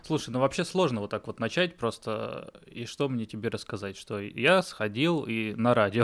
Слушай, ну вообще сложно вот так вот начать просто, и что мне тебе рассказать, что я сходил и на радио.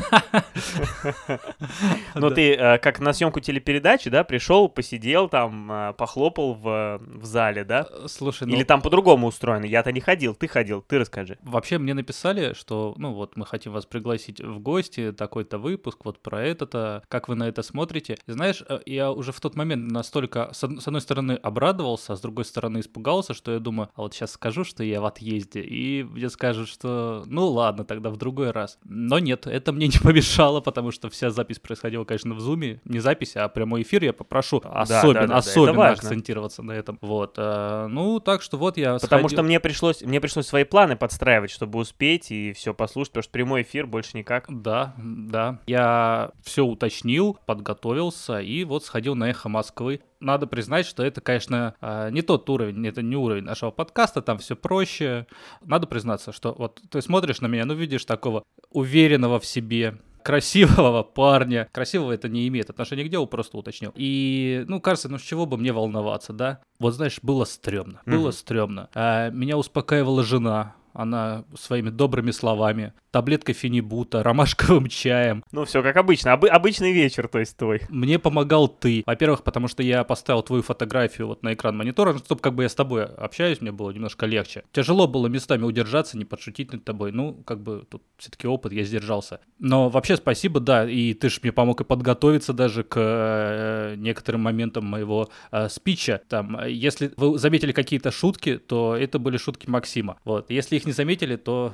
Но Да. ты как на съемку телепередачи, да, пришел, посидел там, похлопал в зале, да? Слушай, Или ну там по-другому устроено? Я-то не ходил, ты расскажи. вообще мне написали, что, ну вот, мы хотим вас пригласить в гости, такой-то выпуск, вот про это-то, как вы на это смотрите. И знаешь, я уже в тот момент настолько, с одной стороны, обрадовался, а с другой стороны, испугался, что я думаю, а вот сейчас скажу, что я в отъезде, и мне скажут, что ну ладно, тогда в другой раз. Но нет, это мне не помешало, потому что вся запись происходила, конечно, в зуме, не запись, а прямой эфир, я попрошу Да, особенно это важно. акцентироваться на этом. Вот, ну, так что вот я Потому сходил. что мне пришлось свои планы подстраивать, чтобы успеть и все послушать, потому что прямой эфир больше никак. Да, да. Я все уточнил, подготовился и вот сходил на «Эхо Москвы». Надо признать, что это, конечно, не тот уровень, это не уровень нашего подкаста, там все проще. Надо признаться, что вот ты смотришь на меня, ну видишь такого уверенного в себе, красивого парня. Красивого это не имеет отношения к делу, просто уточнил. И, ну, кажется, ну с чего бы мне волноваться, да? Вот знаешь, было стрёмно, было стрёмно. Меня успокаивала жена. Она своими добрыми словами, таблеткой фенибута, ромашковым чаем. Ну, все как обычно. Обычный вечер, то есть твой. Мне помогал ты. Во-первых, потому что я поставил твою фотографию вот на экран монитора, чтобы как бы я с тобой общаюсь, мне было немножко легче. Тяжело было местами удержаться, не подшутить над тобой. Ну, как бы тут все-таки опыт, я сдержался. Но вообще спасибо, да, и ты же мне помог и подготовиться даже к некоторым моментам моего спича. Там, если вы заметили какие-то шутки, то это были шутки Максима. Вот, если их не заметили, то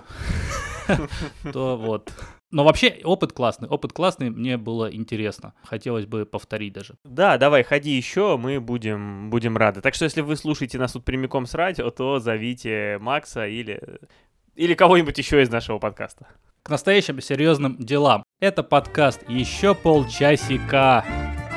то вот. Но вообще опыт классный, мне было интересно. Хотелось бы повторить даже. Да, давай, ходи еще, мы будем рады. Так что, если вы слушаете нас тут прямиком с радио, то зовите Макса или кого-нибудь еще из нашего подкаста. К настоящим серьезным делам. Это подкаст «Еще полчасика»,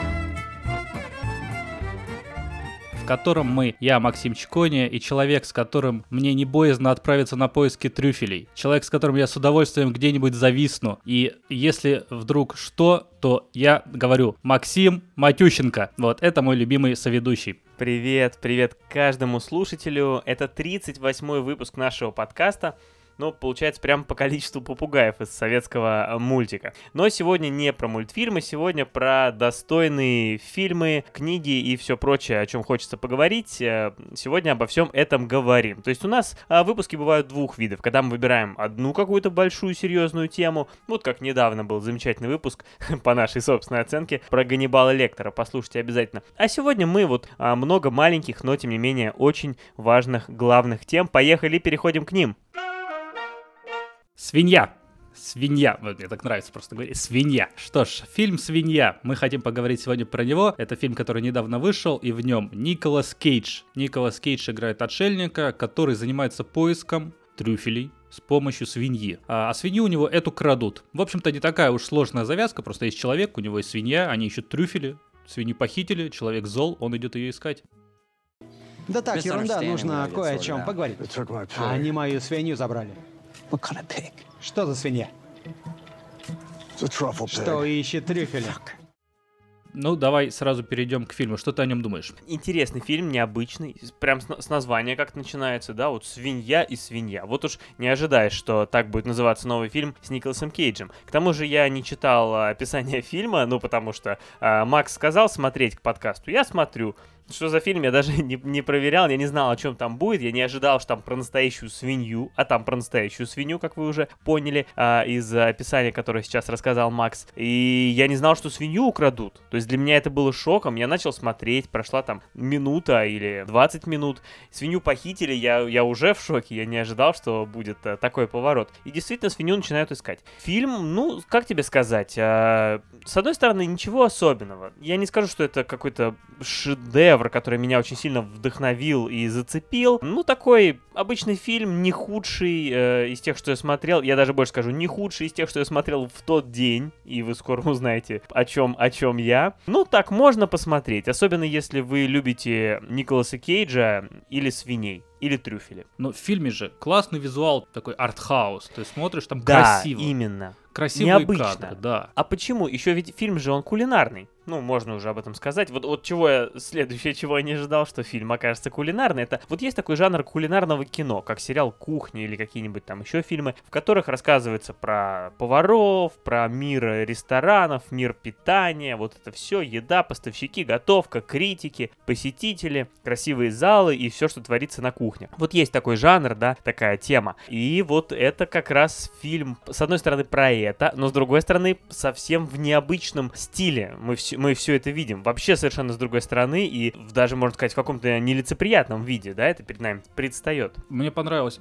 в котором мы, я, Максим Чкония, и человек, с которым мне не боязно отправиться на поиски трюфелей. Человек, с которым я с удовольствием где-нибудь зависну. И если вдруг что, то я говорю Максим Матющенко. Вот, это мой любимый соведущий. Привет каждому слушателю. Это 38-й выпуск нашего подкаста. Ну, получается, прям по количеству попугаев из советского мультика. Но сегодня не про мультфильмы, сегодня про достойные фильмы, книги и все прочее, о чем хочется поговорить. Сегодня обо всем этом говорим. То есть у нас выпуски бывают двух видов. Когда мы выбираем одну какую-то большую серьезную тему, вот как недавно был замечательный выпуск, по нашей собственной оценке, про Ганнибала Лектора. Послушайте обязательно. А сегодня мы вот много маленьких, но тем не менее очень важных главных тем. Поехали, переходим к ним. Свинья. Вот мне так нравится просто говорить. Свинья. Что ж, фильм «Свинья». Мы хотим поговорить сегодня про него. Это фильм, который недавно вышел, и в нем Николас Кейдж. Николас Кейдж играет отшельника, который занимается поиском трюфелей с помощью свиньи. А свинью у него эту крадут. В общем-то, не такая уж сложная завязка. Просто есть человек, у него есть свинья, они ищут трюфели. Свинью похитили, человек зол, он идет ее искать. Да так, ерунда, нужно кое о чем поговорить. Они мою свинью забрали. Что за свинья? Что ищет трюфели? Ну, давай сразу перейдем к фильму. Что ты о нем думаешь? Интересный фильм, необычный. Прям с названия как начинается, да, вот «Свинья» и «Свинья». Вот уж не ожидаешь, что так будет называться новый фильм с Николасом Кейджем. К тому же я не читал описание фильма, ну, потому что Макс сказал смотреть к подкасту. Я смотрю. Что за фильм, я даже не проверял, я не знал, о чем там будет, я не ожидал, что там про настоящую свинью, а там про настоящую свинью, как вы уже поняли из описания, которое сейчас рассказал Макс. И я не знал, что свинью украдут. То есть для меня это было шоком, я начал смотреть, прошла там минута или 20 минут, свинью похитили, я уже в шоке, я не ожидал, что будет такой поворот. И действительно свинью начинают искать. Фильм, ну, как тебе сказать, с одной стороны, ничего особенного. Я не скажу, что это какой-то шедевр, который меня очень сильно вдохновил и зацепил. Ну, такой обычный фильм, не худший из тех, что я смотрел. Я даже больше скажу, не худший из тех, что я смотрел в тот день. И вы скоро узнаете, о чем я. Ну, так, можно посмотреть. Особенно, если вы любите Николаса Кейджа или свиней. или трюфели. Но в фильме же классный визуал, такой артхаус. Ты смотришь, там Да, красиво. именно. Красивые Необычно. кадры, да. А почему? Еще ведь фильм же он кулинарный. Ну, можно уже об этом сказать. Вот чего я, следующее, чего я не ожидал, что фильм окажется кулинарный, это вот есть такой жанр кулинарного кино, как сериал «Кухня» или какие-нибудь там еще фильмы, в которых рассказывается про поваров, про мир ресторанов, мир питания, вот это все, еда, поставщики, готовка, критики, посетители, красивые залы и все, что творится на кухне. Вот есть такой жанр, да, такая тема. И вот это как раз фильм, с одной стороны, про это, но с другой стороны, совсем в необычном стиле. Мы все это видим. Вообще совершенно с другой стороны и даже, можно сказать, в каком-то нелицеприятном виде, да, это перед нами предстает. Мне понравилось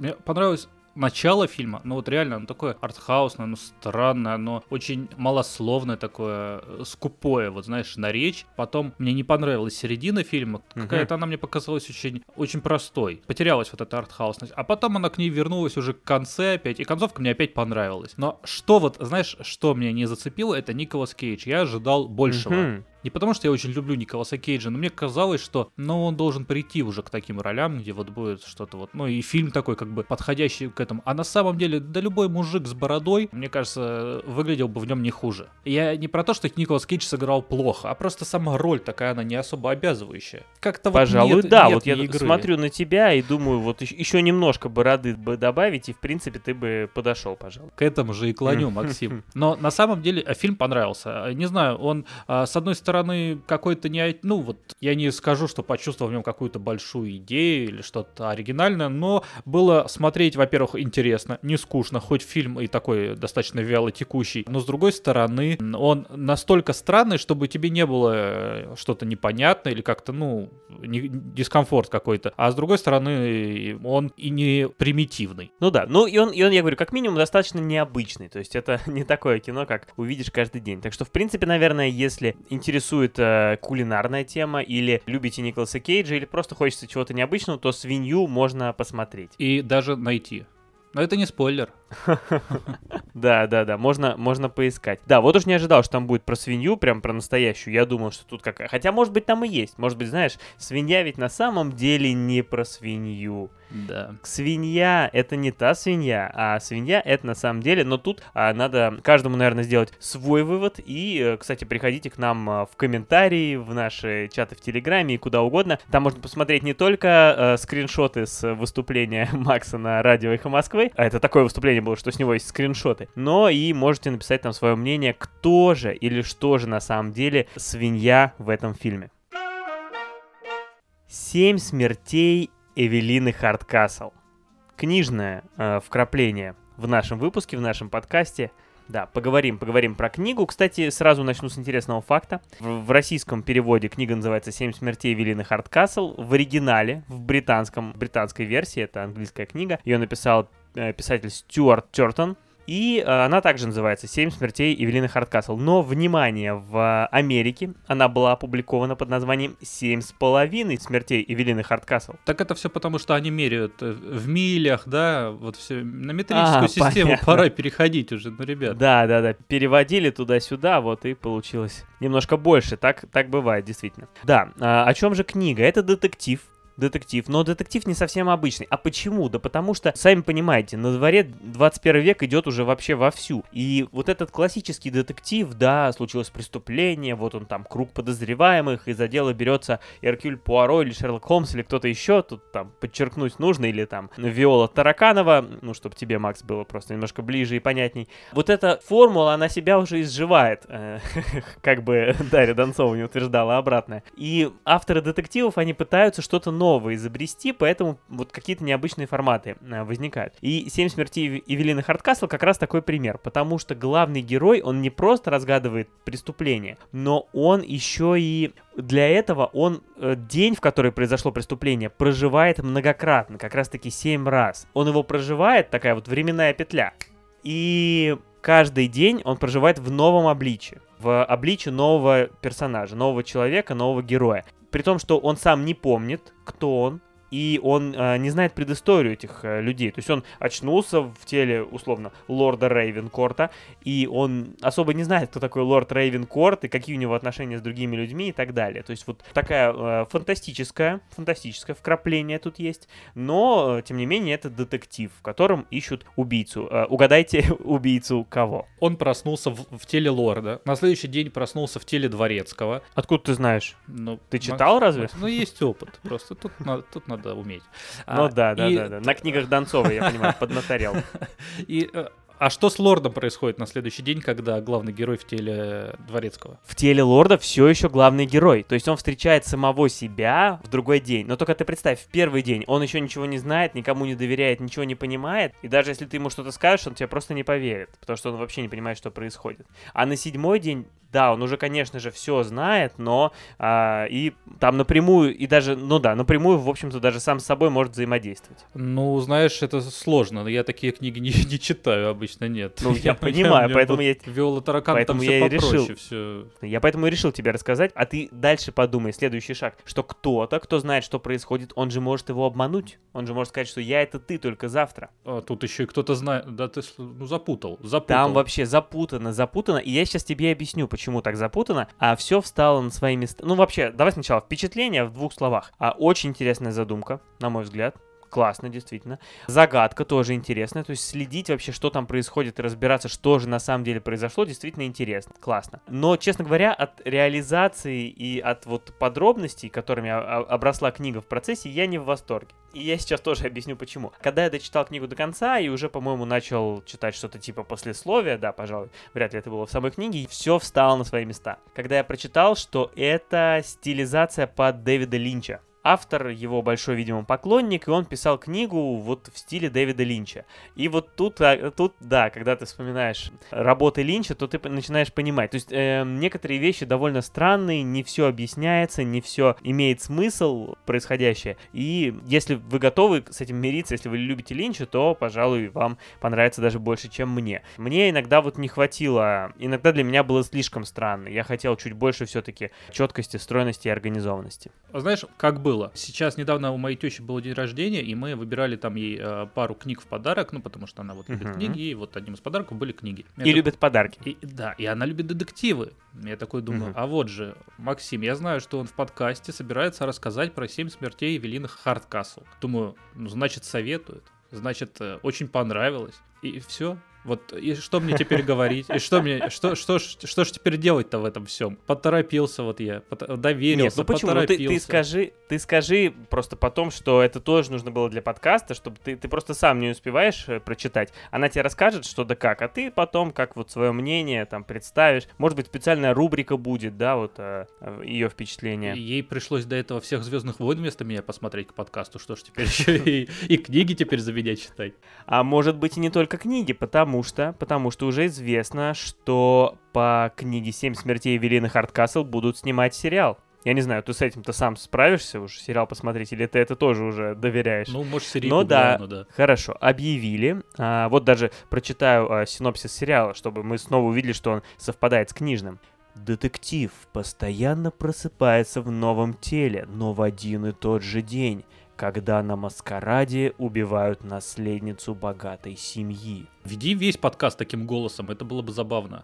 начало фильма, ну вот реально, оно такое артхаусное, оно странное, оно очень малословное такое, скупое, вот знаешь, на речь. Потом мне не понравилась середина фильма, какая-то она мне показалась очень, очень простой. Потерялась вот эта артхаусность. А потом она к ней вернулась уже к концу опять, и концовка мне опять понравилась. Но что вот, знаешь, что меня не зацепило, это Николас Кейдж. Я ожидал большего. Не потому, что я очень люблю Николаса Кейджа, но мне казалось, что, он должен прийти уже к таким ролям, где вот будет что-то вот, и фильм такой, как бы, подходящий к этому. А на самом деле, да любой мужик с бородой, мне кажется, выглядел бы в нем не хуже. Я не про то, что Николас Кейдж сыграл плохо, а просто сама роль такая, она не особо обязывающая. Как-то пожалуй, вот нет, да, нет вот я игры. Смотрю на тебя и думаю, вот еще немножко бороды бы добавить, и, в принципе, ты бы подошел, пожалуй. К этому же и клоню, Максим. Но на самом деле фильм понравился. Не знаю, он, с одной стороны, какой-то я не скажу, что почувствовал в нем какую-то большую идею или что-то оригинальное, но было смотреть, во-первых, интересно, не скучно, хоть фильм и такой достаточно вяло текущий, но с другой стороны, он настолько странный, чтобы тебе не было что-то непонятное или как-то, дискомфорт какой-то, а с другой стороны, он и не примитивный. Ну да, и он, я говорю, как минимум достаточно необычный, то есть это не такое кино, как увидишь каждый день. Так что, в принципе, наверное, если интересует кулинарная тема, или любите Николаса Кейджа, или просто хочется чего-то необычного, то «Свинью» можно посмотреть. И даже найти. Но это не спойлер. Да, можно поискать. Да, вот уж не ожидал, что там будет про свинью, прям про настоящую. Я думал, что тут какая... Хотя, может быть, там и есть. Может быть, знаешь, свинья ведь на самом деле не про свинью. Да. Свинья — это не та свинья, а свинья — это на самом деле... Но тут надо каждому, наверное, сделать свой вывод. И, кстати, приходите к нам в комментарии, в наши чаты в Телеграме и куда угодно. Там можно посмотреть не только скриншоты с выступления Макса на радио «Эхо Москвы», а это такое выступление было, что с него есть скриншоты, но и можете написать там свое мнение, кто же или что же на самом деле свинья в этом фильме. 7 смертей Эвелины Хардкасл. Книжное вкрапление в нашем выпуске, в нашем подкасте. Да, поговорим про книгу. Кстати, сразу начну с интересного факта. В российском переводе книга называется «7 смертей Эвелины Хардкасл». В оригинале, в британской версии, это английская книга, ее написал писатель Стюарт Тёртон. И она также называется «7 смертей Эвелины Хардкасл». Но, внимание, в Америке она была опубликована под названием «7,5 смертей Эвелины Хардкасл». Так это все потому, что они меряют в милях, да? Вот все на метрическую систему понятно. Пора переходить уже, ребят. Да, переводили туда-сюда, вот и получилось немножко больше. Так бывает, действительно. Да, о чем же книга? Это детектив, но детектив не совсем обычный. А почему? Да потому что, сами понимаете, на дворе 21 век идет уже вообще вовсю. И вот этот классический детектив, да, случилось преступление, вот он там, круг подозреваемых, и за дело берется Эркюль Пуаро или Шерлок Холмс или кто-то еще, тут там подчеркнуть нужно, или там Виола Тараканова, чтобы тебе, Макс, было просто немножко ближе и понятней. Вот эта формула, она себя уже изживает, как бы Дарья Донцова не утверждала обратное. И авторы детективов, они пытаются что-то новое изобрести, поэтому вот какие-то необычные форматы возникают. И «7 смертей Эвелины Хардкасл» как раз такой пример, потому что главный герой, он не просто разгадывает преступление, но он еще и для этого он день, в который произошло преступление, проживает многократно, как раз-таки 7 раз. Он его проживает, такая вот временная петля, и каждый день он проживает в новом обличии, в обличии нового персонажа, нового человека, нового героя. При том, что он сам не помнит, кто он, и он не знает предысторию этих людей. То есть он очнулся в теле, условно, лорда Рейвенкорта, и он особо не знает, кто такой лорд Рейвенкорт и какие у него отношения с другими людьми и так далее. То есть вот такая фантастическое вкрапление тут есть, но, тем не менее, это детектив, в котором ищут убийцу. Угадайте, убийцу кого? Он проснулся в теле лорда, на следующий день проснулся в теле дворецкого. Откуда ты знаешь? Ну, ты читал разве? Ну, есть опыт, просто тут надо уметь. Ну да. На книгах Донцова, я понимаю, поднаторел. А что с лордом происходит на следующий день, когда главный герой в теле дворецкого? В теле лорда все еще главный герой. То есть он встречает самого себя в другой день. Но только ты представь, в первый день он еще ничего не знает, никому не доверяет, ничего не понимает. И даже если ты ему что-то скажешь, он тебе просто не поверит. Потому что он вообще не понимает, что происходит. А на 7-й день, да, он уже, конечно же, все знает, но и там напрямую, напрямую, в общем-то, даже сам с собой может взаимодействовать. Ну, знаешь, это сложно. Я такие книги не читаю обычно, нет. Ну, я понимаю, поэтому я... Виола Таракан, там все попроще, все. Я поэтому и решил тебе рассказать, а ты дальше подумай, следующий шаг, что кто-то, кто знает, что происходит, он же может его обмануть. Он же может сказать, что я — это ты, только завтра. А тут еще и кто-то знает. Да ты, запутал. Там вообще запутано. И я сейчас тебе объясню, почему так запутано, а все встало на свои места. Ну, вообще, давай сначала впечатление в 2 словах. Очень интересная задумка, на мой взгляд. Классно, действительно. Загадка тоже интересная. То есть следить вообще, что там происходит, и разбираться, что же на самом деле произошло, действительно интересно. Классно. Но, честно говоря, от реализации и от вот подробностей, которыми обросла книга в процессе, я не в восторге. И я сейчас тоже объясню, почему. Когда я дочитал книгу до конца и уже, по-моему, начал читать что-то типа послесловия, да, пожалуй, вряд ли это было в самой книге, все встало на свои места. Когда я прочитал, что это стилизация под Дэвида Линча. Автор его большой, видимо, поклонник, и он писал книгу вот в стиле Дэвида Линча. И вот тут, да, когда ты вспоминаешь работы Линча, то ты начинаешь понимать. То есть некоторые вещи довольно странные, не все объясняется, не все имеет смысл происходящее. И если вы готовы с этим мириться, если вы любите Линча, то, пожалуй, вам понравится даже больше, чем мне. Мне иногда вот не хватило, иногда для меня было слишком странно. Я хотел чуть больше все-таки четкости, стройности и организованности. Знаешь, как было? Сейчас недавно у моей тещи был день рождения, и мы выбирали там ей пару книг в подарок, ну, потому что она вот любит книги, и вот одним из подарков были книги. Любит подарки. И она любит детективы. Я такой думаю, а вот же, Максим, я знаю, что он в подкасте собирается рассказать про 7 смертей Эвелины Хардкасл. Думаю, ну, значит, советует, значит, очень понравилось, и все. Вот, и что мне теперь говорить? И что ж теперь делать-то в этом всем? Поторопился вот я, доверился, Нет, ну почему? поторопился. Ну ты скажи просто потом, что это тоже нужно было для подкаста, чтобы ты просто сам не успеваешь прочитать. Она тебе расскажет, что да как, а ты потом как вот свое мнение там представишь. Может быть, специальная рубрика будет, да, вот ее впечатление. Ей пришлось до этого всех «Звездных войн» вместо меня посмотреть к подкасту. Что ж теперь еще и книги теперь за меня читать? А может быть и не только книги, потому что уже известно, что по книге «7 смертей Эвелины Хардкасл» будут снимать сериал. Я не знаю, ты с этим-то сам справишься уже, сериал посмотреть, или ты это тоже уже доверяешь? Ну, может, серийку главную, да. Хорошо, объявили. Вот даже прочитаю синопсис сериала, чтобы мы снова увидели, что он совпадает с книжным. Детектив постоянно просыпается в новом теле, но в один и тот же день, когда на маскараде убивают наследницу богатой семьи. Веди весь подкаст таким голосом, это было бы забавно.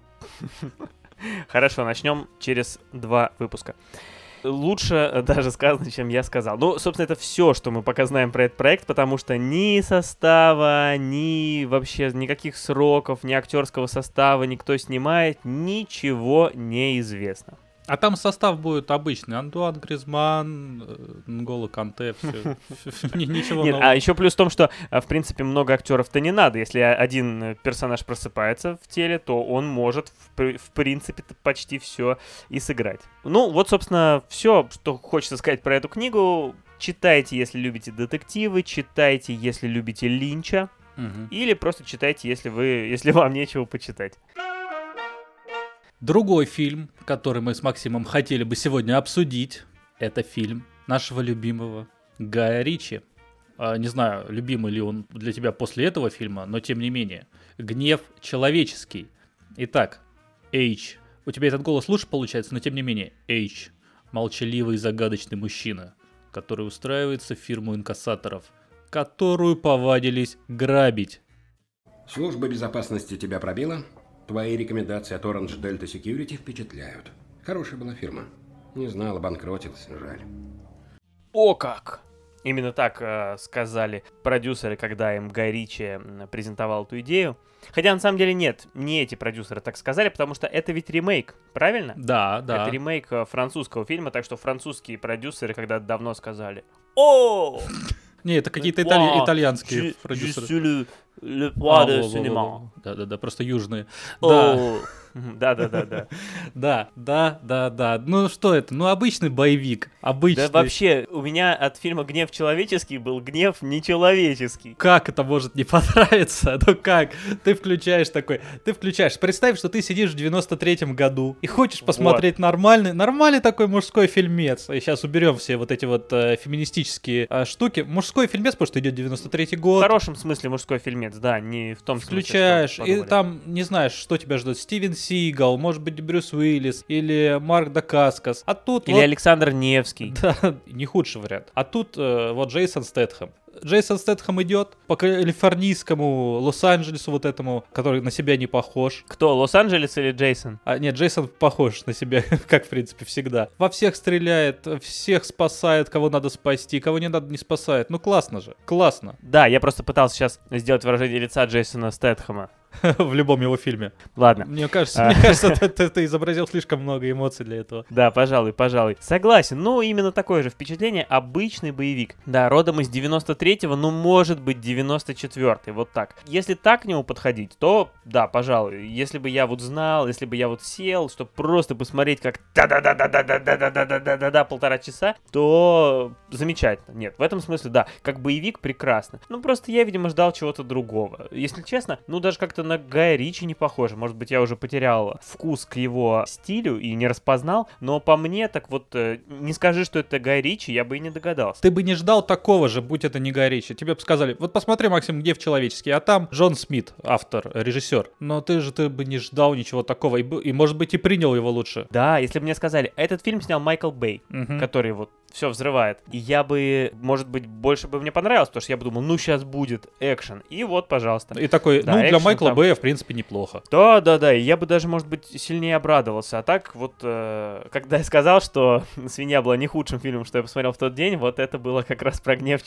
Хорошо, начнем через 2 выпуска. Лучше даже сказано, чем я сказал. Ну, собственно, это все, что мы пока знаем про этот проект, потому что ни состава, ни вообще никаких сроков, ни актерского состава, никто снимает, ничего не известно. А там состав будет обычный. Антуан Гризман, Нголо Канте, все. Ничего Нет, нового. А еще плюс в том, что, в принципе, много актеров-то не надо. Если один персонаж просыпается в теле, то он может, в принципе, почти все и сыграть. Ну, вот, собственно, все, что хочется сказать про эту книгу. Читайте, если любите детективы, читайте, если любите Линча, или просто читайте, если вам нечего почитать. Другой фильм, который мы с Максимом хотели бы сегодня обсудить, это фильм нашего любимого Гая Ричи. Не знаю, любимый ли он для тебя после этого фильма, но тем не менее. «Гнев человеческий». Итак, H. У тебя этот голос лучше получается, но тем не менее. H. Молчаливый загадочный мужчина. который устраивается в фирму инкассаторов, которую повадились грабить. Служба безопасности тебя пробила? Твои рекомендации от Orange Delta Security впечатляют. Хорошая была фирма. Не знал, обанкротилась, жаль. О как! Именно так сказали продюсеры, когда им Гай Ричи презентовал эту идею. Хотя на самом деле нет, не эти продюсеры так сказали, потому что это ведь ремейк, правильно? Да. Это ремейк французского фильма, так что французские продюсеры когда-то давно сказали: «О!» Не, это какие-то итальянские продюсеры. Да, просто южные. Да. Да. Ну что это? Ну обычный боевик. Обычный. Да вообще, у меня от фильма «Гнев человеческий» был гнев нечеловеческий. Как это может не понравиться? Ну как? Ты включаешь, представь, что ты сидишь в 93-м году и хочешь посмотреть нормальный такой мужской фильмец. И сейчас уберем все вот эти вот феминистические штуки. Мужской фильмец, потому что идет 93-й год. В хорошем смысле мужской фильмец, да, не в том смысле, включаешь, и там не знаешь, что тебя ждет. Стивен Сигал, может быть, Брюс Уиллис или Марк Дакаскас. А тут или Александр Невский. Да, не худший вариант. А тут вот Джейсон Стэтхэм. Джейсон Стэтхэм идет по калифорнийскому Лос-Анджелесу вот этому, который на себя не похож. Кто, Лос-Анджелес или Джейсон? Нет, Джейсон похож на себя, как в принципе всегда. Во всех стреляет, всех спасает, кого надо спасти, кого не надо не спасает. Ну классно же, классно. Да, я просто пытался сейчас сделать выражение лица Джейсона Стэтхэма. В любом его фильме. Ладно. Мне кажется, ты изобразил слишком много эмоций для этого. Да, пожалуй. Согласен. Ну, именно такое же впечатление. Обычный боевик. Да, родом из 93-го, ну, может быть, 94-й. Вот так. Если так к нему подходить, то, да, пожалуй. Если бы я вот знал, если бы я вот сел, чтобы просто посмотреть, как да-да-да-да-да-да-да-да-да-да-да 1,5 часа, то замечательно. Нет, в этом смысле, да, как боевик прекрасно. Ну, просто я, видимо, ждал чего-то другого. Если честно, ну, даже как-то на Гая Ричи не похоже. Может быть, я уже потерял вкус к его стилю и не распознал, но по мне, так вот, не скажи, что это Гай Ричи, я бы и не догадался. Ты бы не ждал такого же, будь это не Гай Ричи. Тебе бы сказали: вот посмотри, Максим, «Гнев человеческий», а там Джон Смит, автор, режиссер. Но ты бы не ждал ничего такого, и может быть, и принял его лучше. Да, если бы мне сказали, этот фильм снял Майкл Бэй, который вот все взрывает, и я бы, может быть, больше бы мне понравилось, потому что я бы думал, ну, сейчас будет экшен, и вот, пожалуйста. И такой, да, ну, для Майкла Бэя, в принципе, неплохо. Да, и я бы даже, может быть, сильнее обрадовался. А так вот, когда я сказал, что «Свинья» была не худшим фильмом, что я посмотрел в тот день, вот это было как раз про гнев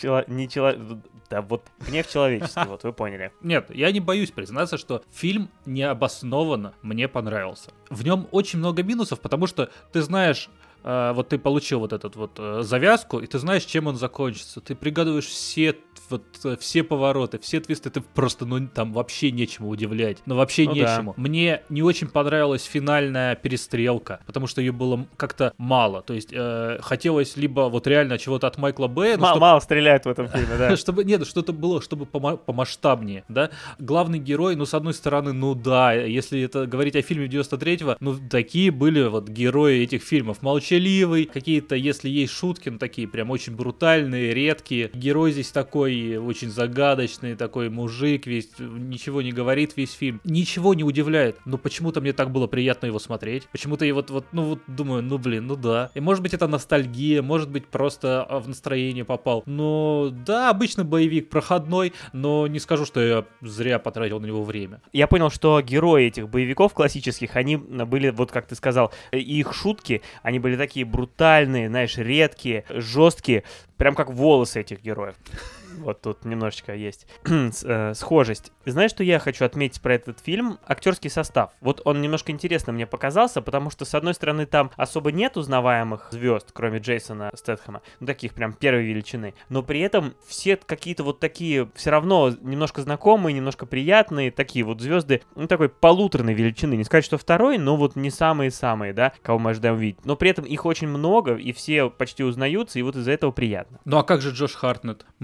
гнев человеческий, вот вы поняли. Нет, я не боюсь признаться, что фильм необоснованно мне понравился. В нем очень много минусов, потому что ты знаешь, вот ты получил вот эту вот завязку, и ты знаешь, чем он закончится. Ты пригадываешь все повороты, все твисты, ты просто, ну, там вообще нечему удивлять. Ну, вообще нечему. Да. Мне не очень понравилась финальная перестрелка, потому что ее было как-то мало. То есть хотелось либо вот реально чего-то от Майкла Бэя. Мало стреляет в этом фильме, да. Чтобы что-то было, чтобы помасштабнее, да. Главный герой, ну, с одной стороны, ну да, если это говорить о фильме 93-го, ну, такие были вот герои этих фильмов. Молчаливый, какие-то, если есть шутки, ну, такие прям очень брутальные, редкие. Герой здесь такой очень загадочный, такой мужик, весь ничего не говорит весь фильм. Ничего не удивляет, но почему-то мне так было приятно его смотреть. Почему-то я вот думаю, ну блин, ну да. И может быть это ностальгия, может быть просто в настроение попал. Но да, обычно боевик проходной, но не скажу, что я зря потратил на него время. Я понял, что герои этих боевиков классических, они были, вот как ты сказал, их шутки, они были такие брутальные, знаешь, редкие, жесткие, прям как волосы этих героев. Вот тут немножечко есть схожесть. Знаешь, что я хочу отметить про этот фильм? Актерский состав. Вот он немножко интересно мне показался, потому что, с одной стороны, там особо нет узнаваемых звезд, кроме Джейсона Стэтхэма, ну, таких прям первой величины, но при этом все какие-то вот такие все равно немножко знакомые, немножко приятные, такие вот звезды, ну, такой полуторной величины. Не сказать, что второй, но вот не самые-самые, да, кого мы ожидаем увидеть. Но при этом их очень много, и все почти узнаются, и вот из-за этого приятно. Ну, а как же Джош Хартнетт? Мы не видели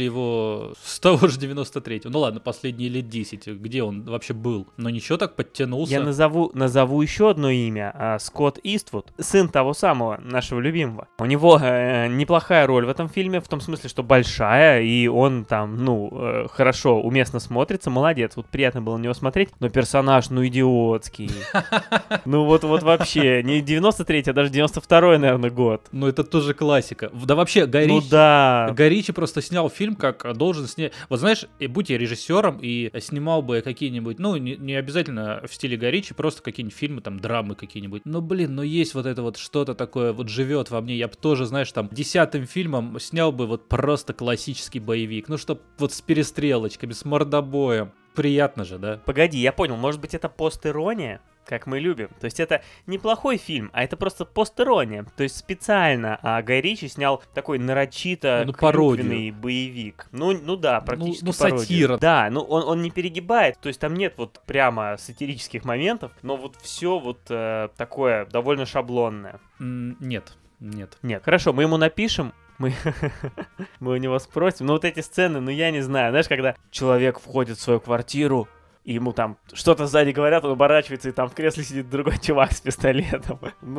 видели его с того же 93-го. Ну ладно, последние лет 10, где он вообще был. Но ничего, так подтянулся. Я назову еще одно имя. Скотт Иствуд, сын того самого, нашего любимого. У него неплохая роль в этом фильме, в том смысле, что большая, и он там, хорошо, уместно смотрится, молодец. Вот приятно было на него смотреть, но персонаж, идиотский. Ну вот вообще, не 93-й, а даже 92-й, наверное, год. Ну это тоже классика. Да вообще, Гай Ричи просто снял фильм, как должен снять. Вот знаешь, будь я режиссером и снимал бы какие-нибудь, не обязательно в стиле Гай Ричи, просто какие-нибудь фильмы, там, драмы какие-нибудь. Есть вот это вот что-то такое, вот живет во мне. Я бы тоже, знаешь, там, 10-м фильмом снял бы вот просто классический боевик. Чтоб вот с перестрелочками, с мордобоем. Приятно же, да? Погоди, я понял, может быть, это пост-ирония? Как мы любим. То есть это неплохой фильм, а это просто пост-ирония. То есть специально Гай Ричи снял такой нарочито клюквенный боевик. Да, практически пародию. Сатира. Да, он не перегибает, то есть там нет вот прямо сатирических моментов, но вот все вот такое довольно шаблонное. Нет. Хорошо, мы ему напишем. Мы у него спросим. Вот эти сцены, я не знаю. Знаешь, когда человек входит в свою квартиру, и ему там что-то сзади говорят, он оборачивается, и там в кресле сидит другой чувак с пистолетом.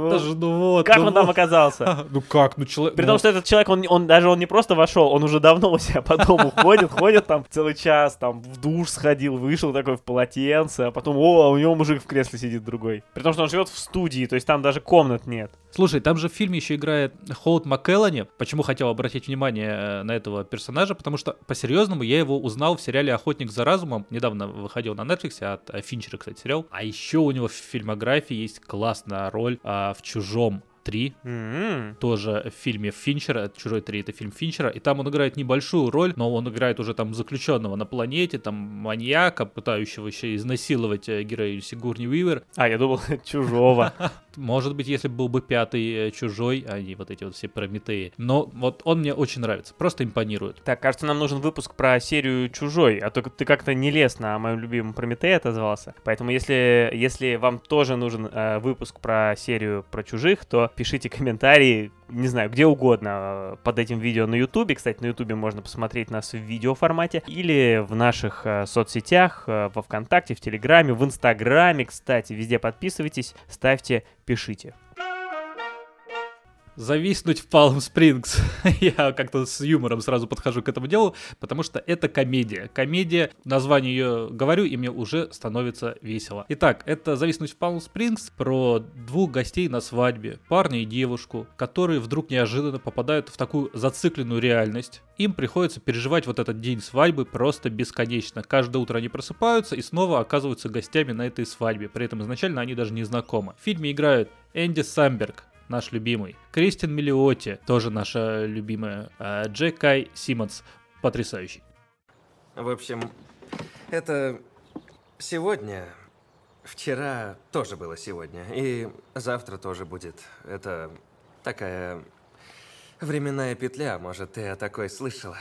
Как он там оказался? Человек... При том, что этот человек, он не просто вошел, он уже давно у себя по дому ходит там целый час, там в душ сходил, вышел такой в полотенце, а потом, у него мужик в кресле сидит другой. При том, что он живет в студии, то есть там даже комнат нет. Слушай, там же в фильме еще играет Хоут МакКеллани. Почему хотел обратить внимание на этого персонажа? Потому что, по-серьезному, я его узнал в сериале «Охотник за разумом». Недавно выходил на Netflix, от Финчера, кстати, сериал. А еще у него в фильмографии есть классная роль в «Чужом». 3, тоже в фильме Финчера, «Чужой 3» — это фильм Финчера, и там он играет небольшую роль, но он играет уже там заключенного на планете, там маньяка, пытающегося изнасиловать героиню Сигурни Уивер. Я думал, «Чужого». Может быть, если бы был бы 5-й «Чужой», а не вот эти вот все Прометеи. Но вот он мне очень нравится, просто импонирует. Так, кажется, нам нужен выпуск про серию «Чужой», а то ты как-то нелестно о моем любимом Прометее отозвался. Поэтому если вам тоже нужен выпуск про серию про «Чужих», то пишите комментарии, не знаю, где угодно под этим видео на Ютубе. Кстати, на Ютубе можно посмотреть нас в видеоформате. Или в наших соцсетях, во ВКонтакте, в Телеграме, в Инстаграме, кстати. Везде подписывайтесь, ставьте, пишите. Зависнуть в Палм-Спрингс. Я как-то с юмором сразу подхожу к этому делу, потому что это комедия. Комедия, название ее говорю, и мне уже становится весело. Итак, это «Зависнуть в Палм-Спрингс» про двух гостей на свадьбе, парня и девушку, которые вдруг неожиданно попадают в такую зацикленную реальность. Им приходится переживать вот этот день свадьбы просто бесконечно. Каждое утро они просыпаются и снова оказываются гостями на этой свадьбе. При этом изначально они даже не знакомы. В фильме играют Энди Самберг, наш любимый, Кристин Миллиотти, тоже наша любимая, Джек Кай Симмонс, потрясающий. В общем, это сегодня, вчера тоже было сегодня, и завтра тоже будет. Это такая временная петля, может, ты о такой слышала?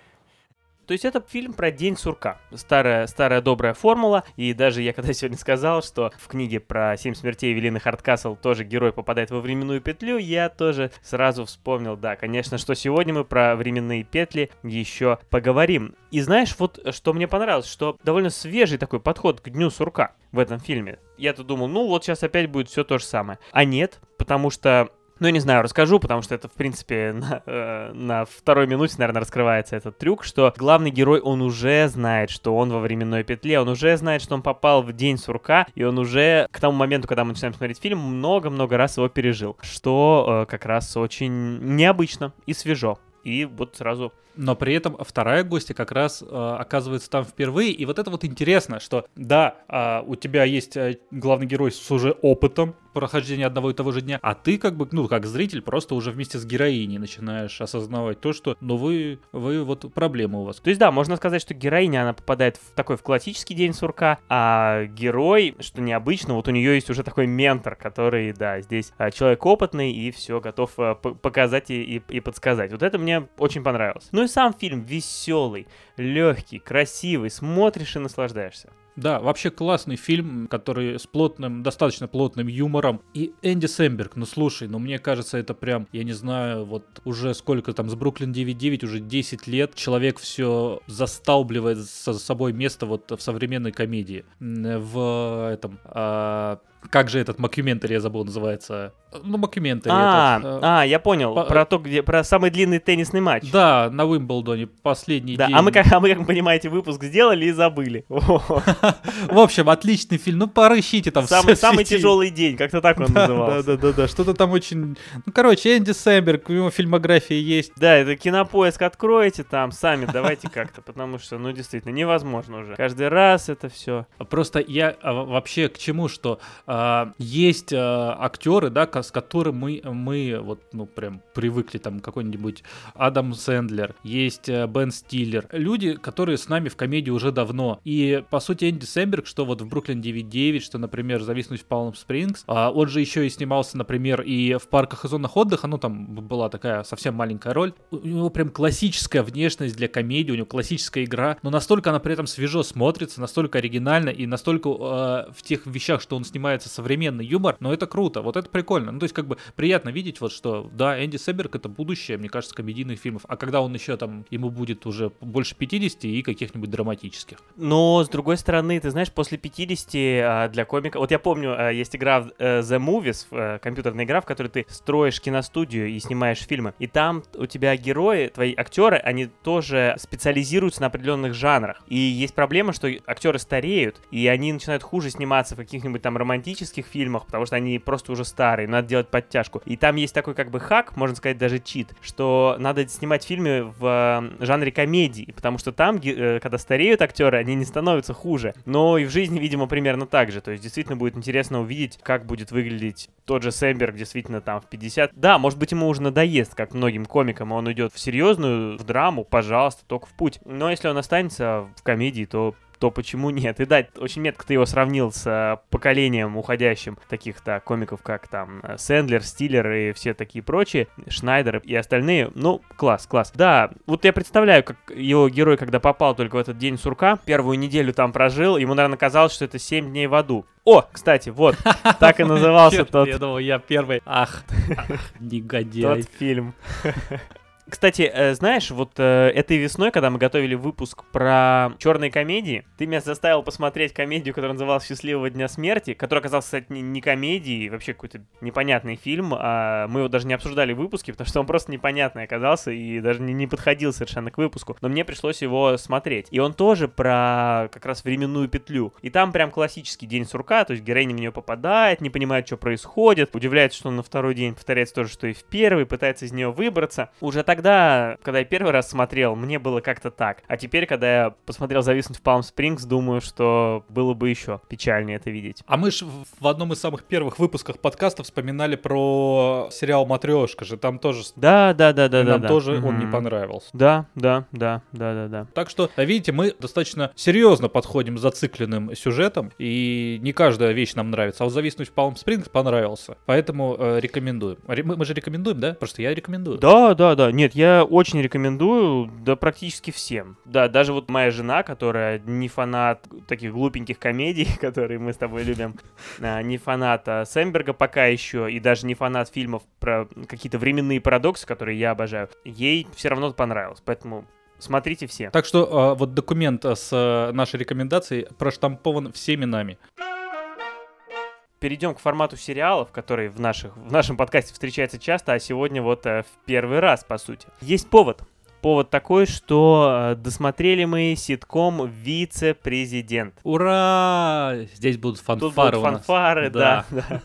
То есть это фильм про день сурка. Старая добрая формула. И даже я когда сегодня сказал, что в книге про 7 смертей Эвелины Хардкасл тоже герой попадает во временную петлю, я тоже сразу вспомнил, да, конечно, что сегодня мы про временные петли еще поговорим. И знаешь, вот что мне понравилось, что довольно свежий такой подход к Дню сурка в этом фильме. Я-то думал, вот сейчас опять будет все то же самое. А нет, потому что... я не знаю, расскажу, потому что это, в принципе, на второй минуте, наверное, раскрывается этот трюк, что главный герой, он уже знает, что он во временной петле, он уже знает, что он попал в день сурка, и он уже к тому моменту, когда мы начинаем смотреть фильм, много-много раз его пережил, что как раз очень необычно и свежо. И вот сразу... Но при этом вторая гостья как раз оказывается там впервые. И вот это вот интересно, что да, у тебя есть главный герой с уже опытом прохождения одного и того же дня, а ты как бы, как зритель, просто уже вместе с героиней начинаешь осознавать то, что, вы вот проблемы у вас. То есть да, можно сказать, что героиня, она попадает в классический день сурка, а герой, что необычно, вот у нее есть уже такой ментор, который, да, здесь человек опытный и все готов показать и подсказать. Вот это мне очень понравилось. Ну и сам фильм веселый, легкий, красивый, смотришь и наслаждаешься. Да, вообще классный фильм, который с достаточно плотным юмором. И Энди Сэмберг, ну слушай, мне кажется, это прям, я не знаю, вот уже сколько там, с Бруклин 9.9, уже 10 лет человек все засталбливает за собой место вот в современной комедии. В этом... как же этот мокюментари, я забыл, называется? Мокюментари. Я понял. Про самый длинный теннисный матч. Да, на Уимблдоне последний день. А мы, как вы понимаете, выпуск сделали и забыли. В общем, отличный фильм. Ну, поищите там. Самый тяжелый день, как-то так он назывался. Да. Что-то там очень... Ну, короче, Энди Сэмберг, у него фильмография есть. Да, это Кинопоиск откроете там сами, давайте как-то, потому что, действительно, невозможно уже. Каждый раз это все. Просто я вообще к чему, что есть актеры, да, с которыми мы вот, прям привыкли, там, какой-нибудь Адам Сэндлер, есть Бен Стиллер. Люди, которые с нами в комедии уже давно. И, по сути, Энди Сэмберг, что вот в Бруклин 9.9, что, например, «Зависнуть в Палм Спрингс», он же еще и снимался, например, и в «Парках и зонах отдыха», там была такая совсем маленькая роль. У него прям классическая внешность для комедии, у него классическая игра, но настолько она при этом свежо смотрится, настолько оригинально и настолько в тех вещах, что он снимается, современный юмор, но это круто, вот это прикольно. То есть, как бы, приятно видеть, вот что, да, Энди Сэмберг — это будущее, мне кажется, комедийных фильмов, а когда он еще там, ему будет уже больше 50 и каких-нибудь драматических. Но, с другой стороны, ты знаешь, после 50 для комика... Вот я помню, есть игра The Movies, компьютерная игра, в которой ты строишь киностудию и снимаешь фильмы, и там у тебя герои, твои актеры, они тоже специализируются на определенных жанрах. И есть проблема, что актеры стареют, и они начинают хуже сниматься в каких-нибудь там романтических фильмах, потому что они просто уже старые, надо делать подтяжку. И там есть такой как бы хак, можно сказать даже чит, что надо снимать фильмы в жанре комедии, потому что там, когда стареют актеры, они не становятся хуже. Но и в жизни, видимо, примерно так же. То есть действительно будет интересно увидеть, как будет выглядеть тот же Сэмберг действительно там в 50. Да, может быть, ему уже надоест, как многим комикам, он идет в серьезную, в драму, пожалуйста, только в путь. Но если он останется в комедии, то почему нет? И да, очень метко ты его сравнил с поколением уходящим таких-то комиков, как там Сэндлер, Стиллер и все такие прочие, Шнайдер и остальные. Класс. Да, вот я представляю, как его герой, когда попал только в этот день сурка, первую неделю там прожил, ему, наверное, казалось, что это 7 дней в аду. О, кстати, вот, так и назывался тот... Я думал, я первый. Ах, негодяй. Тот фильм. Кстати, знаешь, вот этой весной, когда мы готовили выпуск про черные комедии, ты меня заставил посмотреть комедию, которая называлась «Счастливого дня смерти», которая оказалась, кстати, не комедией, вообще какой-то непонятный фильм. Мы его даже не обсуждали в выпуске, потому что он просто непонятный оказался и даже не подходил совершенно к выпуску. Но мне пришлось его смотреть. И он тоже про как раз временную петлю. И там прям классический день сурка, то есть героиня в нее попадает, не понимает, что происходит, удивляется, что он на второй день повторяется то же, что и в первый, пытается из нее выбраться. Уже тогда, когда я первый раз смотрел, мне было как-то так. А теперь, когда я посмотрел «Зависнуть в Палм Спрингс», думаю, что было бы еще печальнее это видеть. А мы же в одном из самых первых выпусков подкаста вспоминали про сериал «Матрешка» же, там тоже... Да. Нам тоже он не понравился. Да. Так что, видите, мы достаточно серьезно подходим к зацикленным сюжетам, и не каждая вещь нам нравится. А вот «Зависнуть в Палм Спрингс» понравился, поэтому рекомендуем. Мы же рекомендуем, да? Просто я рекомендую. Да. Нет, я очень рекомендую, да, практически всем. Да, даже вот моя жена, которая не фанат таких глупеньких комедий, которые мы с тобой любим, не фанат Сэмберга пока еще, и даже не фанат фильмов про какие-то временные парадоксы, которые я обожаю, ей все равно понравилось, поэтому... Смотрите все. Так что вот документ с нашей рекомендацией проштампован всеми нами. Перейдем к формату сериалов, который в нашем подкасте встречается часто, а сегодня вот в первый раз, по сути. Есть повод. Повод такой, что досмотрели мы ситком «Вице-президент». Ура! Здесь будут фанфары. Тут будут у нас. Фанфары, да.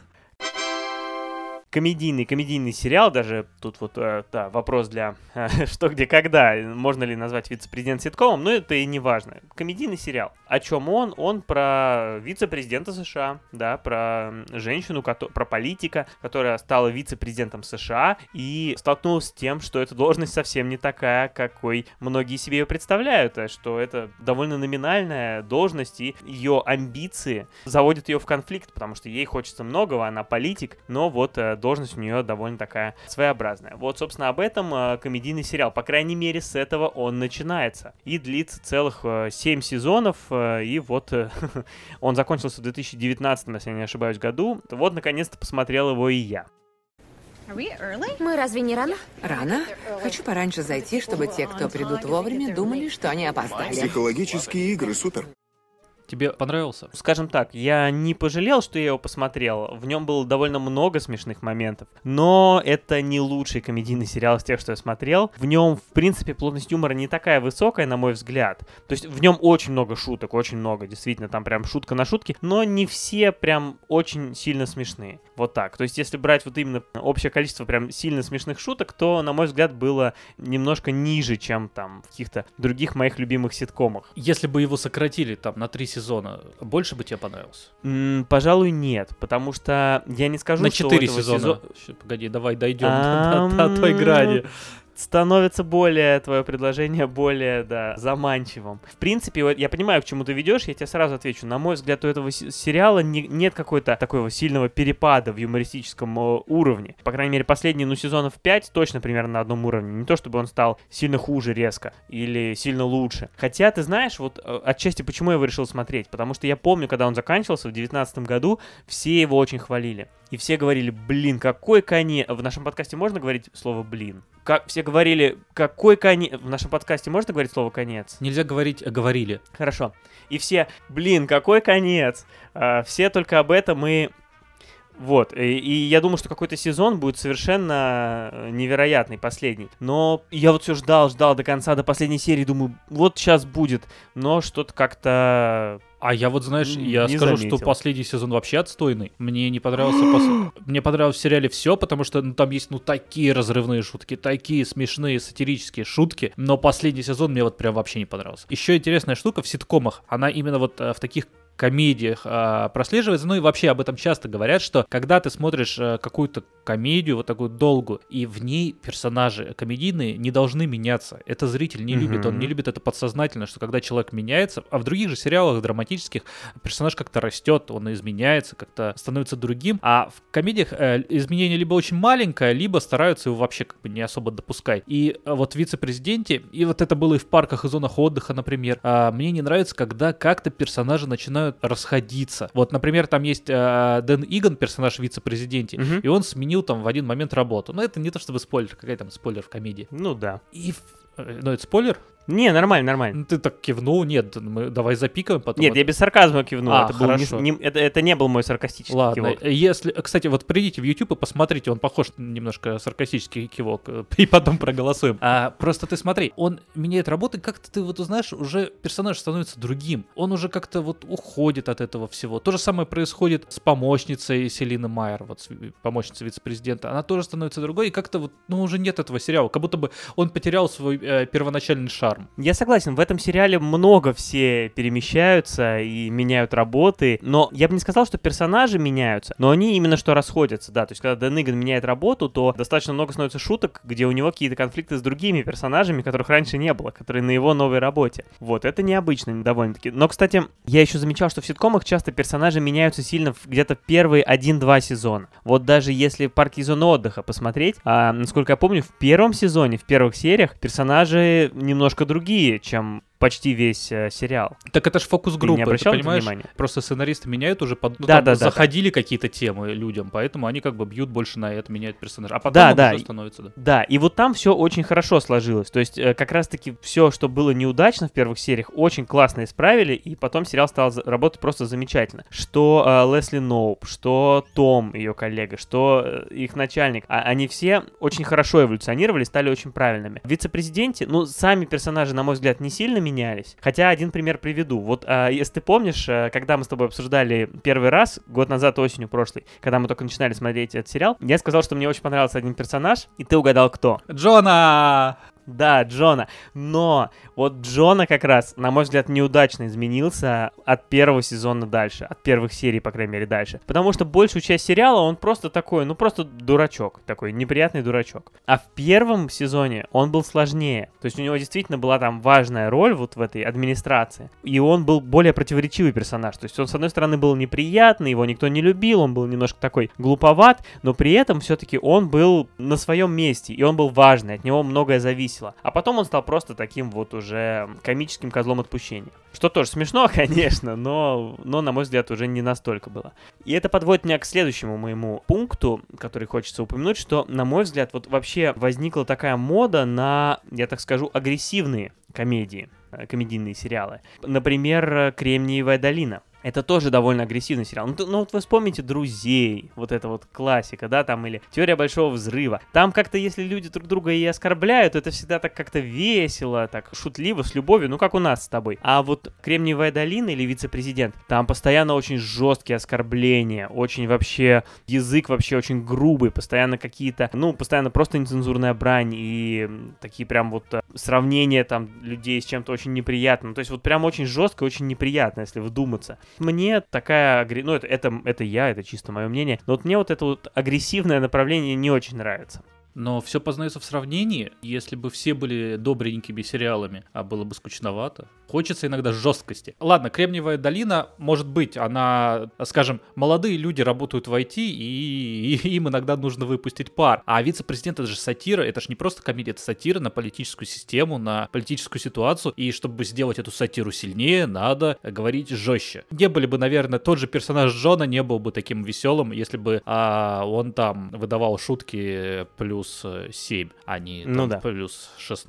Комедийный сериал, даже тут вот, да, вопрос для «Что, где, когда», можно ли назвать «Вице-президент» ситкомом, но это и не важно. Комедийный сериал. О чем он? Он про вице-президента США, да, про женщину, про политика, которая стала вице-президентом США и столкнулась с тем, что эта должность совсем не такая, какой многие себе ее представляют, что это довольно номинальная должность, и ее амбиции заводят ее в конфликт, потому что ей хочется многого, она политик, но вот должность у нее довольно такая своеобразная. Вот, собственно, об этом комедийный сериал. По крайней мере, с этого он начинается. И длится целых 7 сезонов, и вот он закончился в 2019, если я не ошибаюсь, году. Вот, наконец-то, посмотрел его и я. Мы разве не рано? Рано? Хочу пораньше зайти, чтобы те, кто придут вовремя, думали, что они опоздали. Психологические игры, супер. Тебе понравился? Скажем так, я не пожалел, что я его посмотрел. В нем было довольно много смешных моментов. Но это не лучший комедийный сериал из тех, что я смотрел. В нем, в принципе, плотность юмора не такая высокая, на мой взгляд. То есть в нем очень много шуток, очень много. Действительно, там прям шутка на шутке. Но не все прям очень сильно смешные. Вот так. То есть если брать вот именно общее количество прям сильно смешных шуток, то, на мой взгляд, было немножко ниже, чем там в каких-то других моих любимых ситкомах. Если бы его сократили там на 3 сезона, больше бы тебе понравился? Пожалуй, нет, потому что я не скажу, на что 4 сезона. Погоди, давай дойдем до той грани. Становится твое предложение более, заманчивым. В принципе, я понимаю, к чему ты ведешь, я тебе сразу отвечу. На мой взгляд, у этого сериала нет какой-то такого сильного перепада в юмористическом уровне. По крайней мере, последние, сезонов 5 точно примерно на одном уровне. Не то, чтобы он стал сильно хуже резко или сильно лучше. Хотя, ты знаешь, вот отчасти почему я его решил смотреть. Потому что я помню, когда он заканчивался в 2019 году, все его очень хвалили. И все говорили, блин, какой конец... В нашем подкасте можно говорить слово «блин»? Все говорили, какой конец... В нашем подкасте можно говорить слово «конец»? Нельзя говорить, а говорили. Хорошо. И все, блин, какой конец? Все только об этом и... Вот, и я думаю, что какой-то сезон будет совершенно невероятный, последний. Но я вот все ждал до конца, до последней серии, думаю, вот сейчас будет. Но что-то как-то... А я вот, знаешь, я скажу, заметил. что последний сезон вообще отстойный. Мне не понравился... Мне понравилось в сериале все, потому что там есть, такие разрывные шутки, такие смешные сатирические шутки, но последний сезон мне вот прям вообще не понравился. Еще интересная штука в ситкомах, она именно вот в таких комедиях прослеживается, и вообще об этом часто говорят, что когда ты смотришь какую-то комедию, вот такую долгую, и в ней персонажи комедийные не должны меняться. Это зритель не любит, он не любит это подсознательно, что когда человек меняется, а в других же сериалах драматических персонаж как-то растет, он изменяется, как-то становится другим, а в комедиях изменение либо очень маленькое, либо стараются его вообще не особо допускать. И вот в «Вице-президенте», и вот это было и в парках и зонах отдыха, например, мне не нравится, когда как-то персонажи начинают расходиться. Вот, например, там есть Дэн Иган, персонаж в «Вице-президенте», и он сменил там в один момент работу. Но это не то чтобы спойлер, какая там спойлер в комедии. Ну да. Это спойлер? Не, нормально. Ты так кивнул, нет, мы давай запикаем потом. Нет, я без сарказма кивнул, хорошо. Это не был мой саркастический кивок. Если, кстати, вот придите в YouTube и посмотрите, он похож немножко на саркастический кивок, и потом проголосуем. Просто ты смотри, он меняет работу, как-то ты вот узнаешь, уже персонаж становится другим, он уже как-то вот уходит от этого всего. То же самое происходит с помощницей Селины Майер, вот помощницей вице-президента, она тоже становится другой, и как-то вот, уже нет этого сериала, как будто бы он потерял свой первоначальный шарм. Я согласен, в этом сериале много все перемещаются и меняют работы, но я бы не сказал, что персонажи меняются, но они именно что расходятся, да, то есть когда Дэн Иган меняет работу, то достаточно много становится шуток, где у него какие-то конфликты с другими персонажами, которых раньше не было, которые на его новой работе. Вот, это необычно довольно-таки. Но, кстати, я еще замечал, что в ситкомах часто персонажи меняются сильно где-то первые 1-2 сезона. Вот даже если «Парки и зоны отдыха» посмотреть, насколько я помню, в первом сезоне, в первых сериях персонажи немножко другие, чем почти весь сериал. Так это ж фокус-группа, ты понимаешь? Внимания? Просто сценаристы меняют уже, заходили какие-то темы людям, поэтому они как бы бьют больше на это, меняют персонажа. А потом уже становится, Да, и вот там все очень хорошо сложилось. То есть как раз-таки все, что было неудачно в первых сериях, очень классно исправили, и потом сериал стал работать просто замечательно. Что Лесли Ноуп, что Том, ее коллега, что их начальник, они все очень хорошо эволюционировали, стали очень правильными. В «Вице-президенте», сами персонажи, на мой взгляд, не сильно менялись. Хотя один пример приведу. Вот если ты помнишь, когда мы с тобой обсуждали первый раз, год назад, осенью прошлой, когда мы только начинали смотреть этот сериал, я сказал, что мне очень понравился один персонаж, и ты угадал, кто. Джона! Да, Джона. Но вот Джона как раз, на мой взгляд, неудачно изменился от первого сезона дальше. От первых серий, по крайней мере, дальше. Потому что большую часть сериала он просто такой, просто дурачок. Такой неприятный дурачок. А в первом сезоне он был сложнее. То есть у него действительно была там важная роль вот в этой администрации. И он был более противоречивый персонаж. То есть он, с одной стороны, был неприятный, его никто не любил, он был немножко такой глуповат, но при этом все-таки он был на своем месте, и он был важный, от него многое зависело. А потом он стал просто таким вот уже комическим козлом отпущения. Что тоже смешно, конечно, но на мой взгляд, уже не настолько было. И это подводит меня к следующему моему пункту, который хочется упомянуть, что, на мой взгляд, вот вообще возникла такая мода на, я так скажу, агрессивные комедии, комедийные сериалы. Например, «Кремниевая долина». Это тоже довольно агрессивный сериал. Ну вот вы вспомните «Друзей», вот это вот классика, да, там, или «Теория большого взрыва». Там как-то, если люди друг друга и оскорбляют, это всегда так как-то весело, так шутливо, с любовью, ну как у нас с тобой. А вот «Кремниевая долина» или «Вице-президент», там постоянно очень жесткие оскорбления, очень вообще, язык вообще очень грубый, постоянно какие-то, постоянно просто нецензурная брань и такие прям вот сравнения там людей с чем-то очень неприятным. То есть вот прям очень жестко, очень неприятно, если вдуматься. Мне такая, это чисто мое мнение, но вот мне вот это вот агрессивное направление не очень нравится. Но все познается в сравнении. Если бы все были добренькими сериалами, а было бы скучновато. Хочется иногда жесткости. Ладно, «Кремниевая долина», может быть, она, скажем, молодые люди работают в IT, и им иногда нужно выпустить пар. А «Вице-президент» — это же сатира, это же не просто комедия, это сатира на политическую систему, на политическую ситуацию. И чтобы сделать эту сатиру сильнее, надо говорить жестче. Не были бы, наверное, тот же персонаж Джона не был бы таким веселым, если бы он там выдавал шутки плюс 7, а не плюс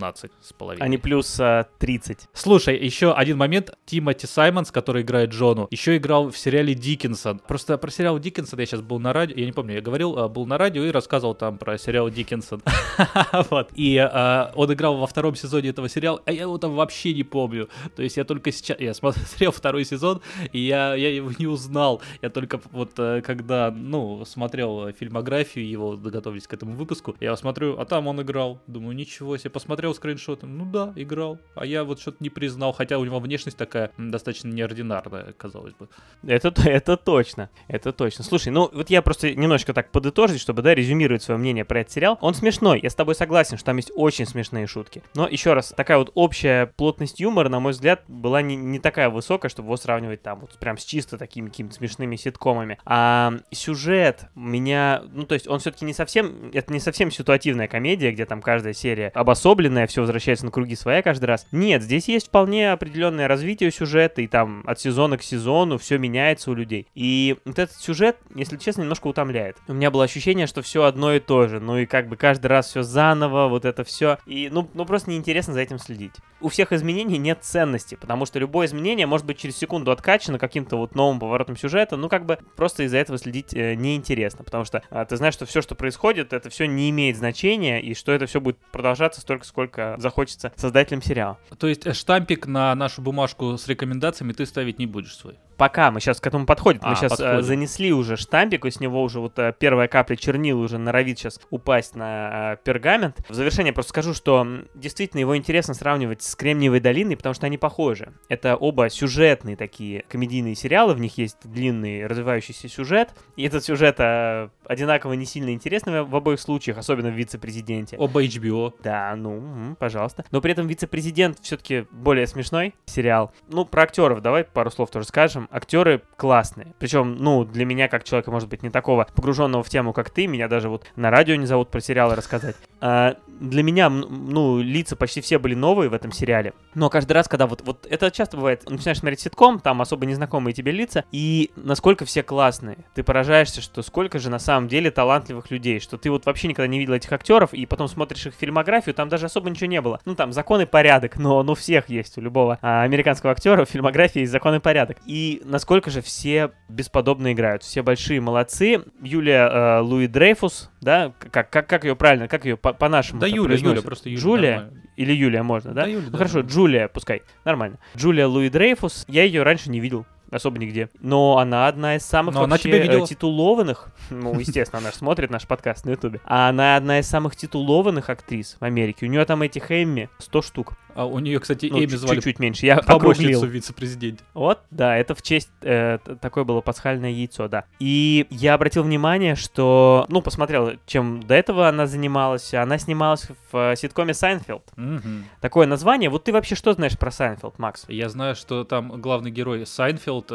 16,5. А не плюс 30. Слушай, еще один момент. Тимоти Саймонс, который играет Джону, еще играл в сериале «Диккенсон». Просто про сериал «Диккенсон» я сейчас был на радио, я не помню, я говорил, был на радио и рассказывал там про сериал «Диккенсон». Вот. И он играл во втором сезоне этого сериала, а я его там вообще не помню. То есть я только сейчас, я смотрел второй сезон, и я его не узнал. Я только вот когда, смотрел фильмографию его, готовились к этому выпуску, я смотрю, а там он играл. Думаю, ничего себе, посмотрел скриншоты. Ну да, играл. А я вот что-то не признал, хотя у него внешность такая достаточно неординарная, казалось бы. Это точно. Слушай, вот я просто немножечко так подытожить, чтобы, резюмировать свое мнение про этот сериал. Он смешной, я с тобой согласен, что там есть очень смешные шутки. Но еще раз, такая вот общая плотность юмора, на мой взгляд, была не такая высокая, чтобы его сравнивать там вот прям с чисто такими какими-то смешными ситкомами. А сюжет меня, то есть он все-таки не совсем ситуативная комедия, где там каждая серия обособленная, все возвращается на круги своя каждый раз. Нет, здесь есть вполне определенное развитие сюжета, и там от сезона к сезону все меняется у людей. И вот этот сюжет, если честно, немножко утомляет. У меня было ощущение, что все одно и то же. И как бы каждый раз все заново, вот это все. И просто неинтересно за этим следить. У всех изменений нет ценности, потому что любое изменение может быть через секунду откачано каким-то вот новым поворотом сюжета. Просто из-за этого следить неинтересно, потому что ты знаешь, что все, что происходит, это все не имеет значения, и что это все будет продолжаться столько, сколько захочется создателям сериала. То есть штампик на нашу бумажку с рекомендациями ты ставить не будешь свой? Пока мы сейчас к этому подходим. Мы сейчас занесли уже штампик, и с него уже вот первая капля чернил уже норовит сейчас упасть на пергамент. В завершение просто скажу, что действительно его интересно сравнивать с «Кремниевой долиной», потому что они похожи. Это оба сюжетные такие комедийные сериалы, в них есть длинный развивающийся сюжет, и этот сюжет одинаково не сильно интересный в обоих случаях, особенно в «Вице-президенте». Оба HBO. Да, пожалуйста. Но при этом «Вице-президент» все-таки более смешной сериал. Про актеров давай пару слов тоже скажем. Актеры классные. Причем, для меня, как человека, может быть, не такого погруженного в тему, как ты, меня даже вот на радио не зовут про сериалы рассказать. Для меня, лица почти все были новые в этом сериале. Но каждый раз, когда вот это часто бывает, начинаешь смотреть ситком, там особо незнакомые тебе лица, и насколько все классные. Ты поражаешься, что сколько же на самом деле талантливых людей, что ты вот вообще никогда не видел этих актеров, и потом смотришь их фильмографию, там даже особо ничего не было. Там закон и порядок, но у всех есть, у любого американского актера в фильмографии есть закон и порядок. И насколько же все бесподобно играют, все большие молодцы. Юлия Луи-Дрейфус, да, как ее правильно, как ее по-нашему? Да, Юля, просто Юля. Джулия? Или Юлия можно, да? Да, Юля, хорошо, Джулия, пускай, нормально. Джулия Луи-Дрейфус, я ее раньше не видел. особо нигде. Но она одна из самых вообще титулованных, ну, естественно, она же смотрит наш подкаст на Ютубе, а она одна из самых титулованных актрис в Америке. У нее там этих Эмми 100 штук. А у нее, кстати, Эмми звали чуть-чуть меньше, я помощницу вице-президента. Вот, да, это в честь, такое было пасхальное яйцо, да. И я обратил внимание, что, ну, посмотрел, чем до этого она занималась. Она снималась в ситкоме «Сайнфелд». Такое название. Вот ты вообще что знаешь про «Сайнфелд», Макс? Я знаю, что там главный герой Сайнфелд,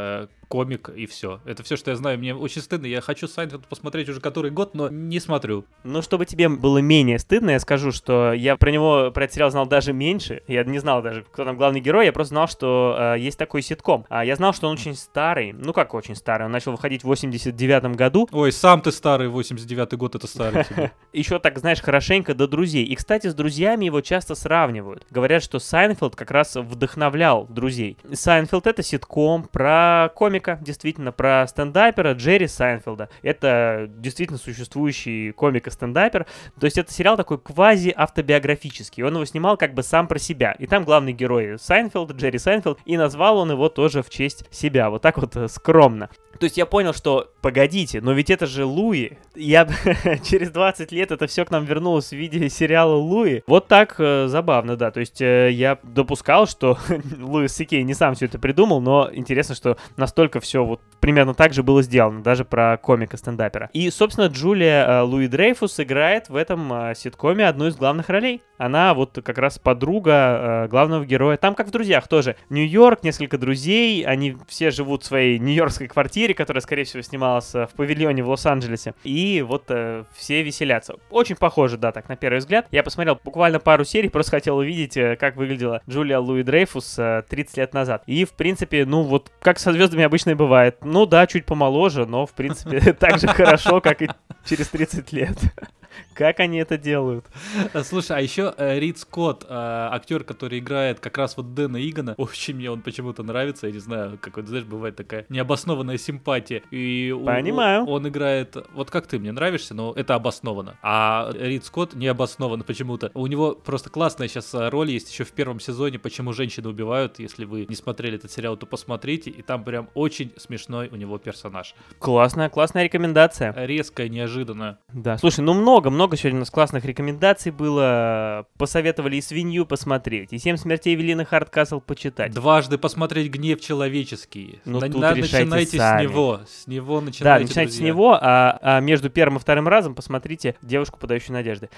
комик и все. Это все, что я знаю. Мне очень стыдно. Я хочу Сайнфелд посмотреть уже который год, но не смотрю. Ну, чтобы тебе было менее стыдно, я скажу, что я про этот сериал знал даже меньше. Я не знал даже, кто там главный герой. Я просто знал, что есть такой ситком. Я знал, что он очень старый. Ну, как очень старый? Он начал выходить в 89-м году. Ой, сам ты старый. 89-й год — это старый тебе. Еще так, знаешь, хорошенько до друзей. И, кстати, с друзьями его часто сравнивают. Говорят, что Сайнфелд как раз вдохновлял друзей. Сайнфелд — это ситком про комика, действительно, про стендапера Джерри Сайнфелда. Это действительно существующий комик и стендапер. То есть это сериал такой квази-автобиографический. Он его снимал как бы сам про себя. И там главный герой Сайнфелд, Джерри Сайнфелд, и назвал он его тоже в честь себя. Вот так вот скромно. То есть я понял, что, погодите, но ведь это же Луи. Я через 20 лет это все к нам вернулось в виде сериала Луи. Вот так забавно, да. То есть я допускал, что Луис Си-Кей не сам все это придумал, но интересно, что настолько все вот примерно так же было сделано, даже про комика-стендапера. И, собственно, Джулия Луи-Дрейфус играет в этом ситкоме одну из главных ролей. Она вот как раз подруга главного героя. Там как в «Друзьях» тоже. Нью-Йорк, несколько друзей, они все живут в своей нью-йоркской квартире, которая, скорее всего, снималась в павильоне в Лос-Анджелесе. И вот все веселятся. Очень похоже, да, так, на первый взгляд. Я посмотрел буквально пару серий, просто хотел увидеть, как выглядела Джулия Луи-Дрейфус 30 лет назад. И, в принципе, ну вот, как со звездами обычно и бывает. Ну да, чуть помоложе, но, в принципе, так же хорошо, как и через 30 лет. Как они это делают? Слушай, а еще Рид Скотт, актер, который играет как раз вот Дэна Игана, очень мне он почему-то нравится, я не знаю, какой-то, знаешь, бывает такая необоснованная симпатия. И понимаю. Он играет, вот как ты, мне нравишься, но это обоснованно. А Рид Скотт необоснованно почему-то. У него просто классная сейчас роль есть еще в первом сезоне «Почему женщины убивают». Если вы не смотрели этот сериал, то посмотрите, и там прям очень смешной у него персонаж. Классная рекомендация. Резкая, неожиданная. Да, слушай, ну много сегодня у нас классных рекомендаций было. Посоветовали и «Свинью» посмотреть, и «7 смертей Эвелины Хардкасл» почитать. Дважды посмотреть «Гнев человеческий». Ну, тут начинайте сами. С него начинайте, да, начинайте друзья. с него, а между первым и вторым разом посмотрите «Девушку, подающую надежды».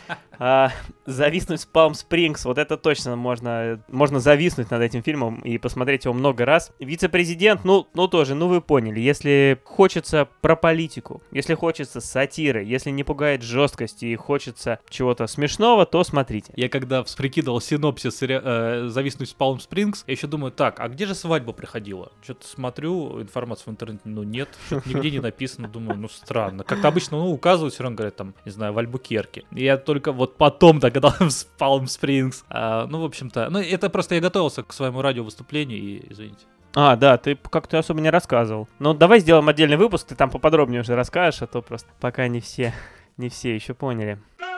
Зависнуть в Палм Спрингс, вот это точно можно зависнуть над этим фильмом и посмотреть его много раз. Вице-президент, ну тоже, вы поняли, если хочется про политику, если хочется сатиры, если не пугает жесткость и хочется чего-то смешного, то смотрите. Я когда прикидывал синопсис «Зависнуть в Палм Спрингс», я еще думаю, так, а где же свадьба проходила? Что-то смотрю, информацию в интернете, нет, что-то нигде не написано, думаю, странно. Как-то обычно, указывают, все равно говорят, там, не знаю, в Альбукерке. И я только вот потом догадался в Палм Спрингс. В общем-то, это просто я готовился к своему радиовыступлению, и извините. Да, ты как-то особо не рассказывал. Ну, давай сделаем отдельный выпуск, ты там поподробнее уже расскажешь, а то просто пока не все еще поняли.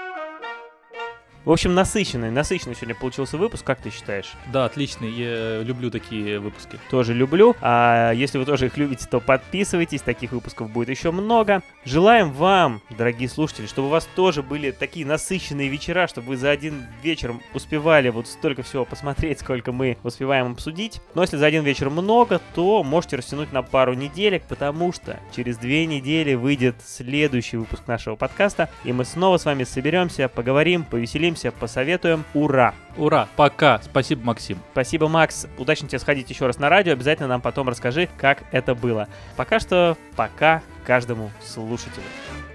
В общем, насыщенный сегодня получился выпуск, как ты считаешь? Да, отличный, я люблю такие выпуски. Тоже люблю, а если вы тоже их любите, то подписывайтесь, таких выпусков будет еще много. Желаем вам, дорогие слушатели, чтобы у вас тоже были такие насыщенные вечера, чтобы вы за один вечер успевали вот столько всего посмотреть, сколько мы успеваем обсудить. Но если за один вечер много, то можете растянуть на пару неделек, потому что через 2 недели выйдет следующий выпуск нашего подкаста, и мы снова с вами соберемся, поговорим, повеселимся, посоветуем. Ура! Ура! Пока! Спасибо, Максим. Спасибо, Макс. Удачно тебе сходить еще раз на радио. Обязательно нам потом расскажи, как это было. Пока что пока каждому слушателю.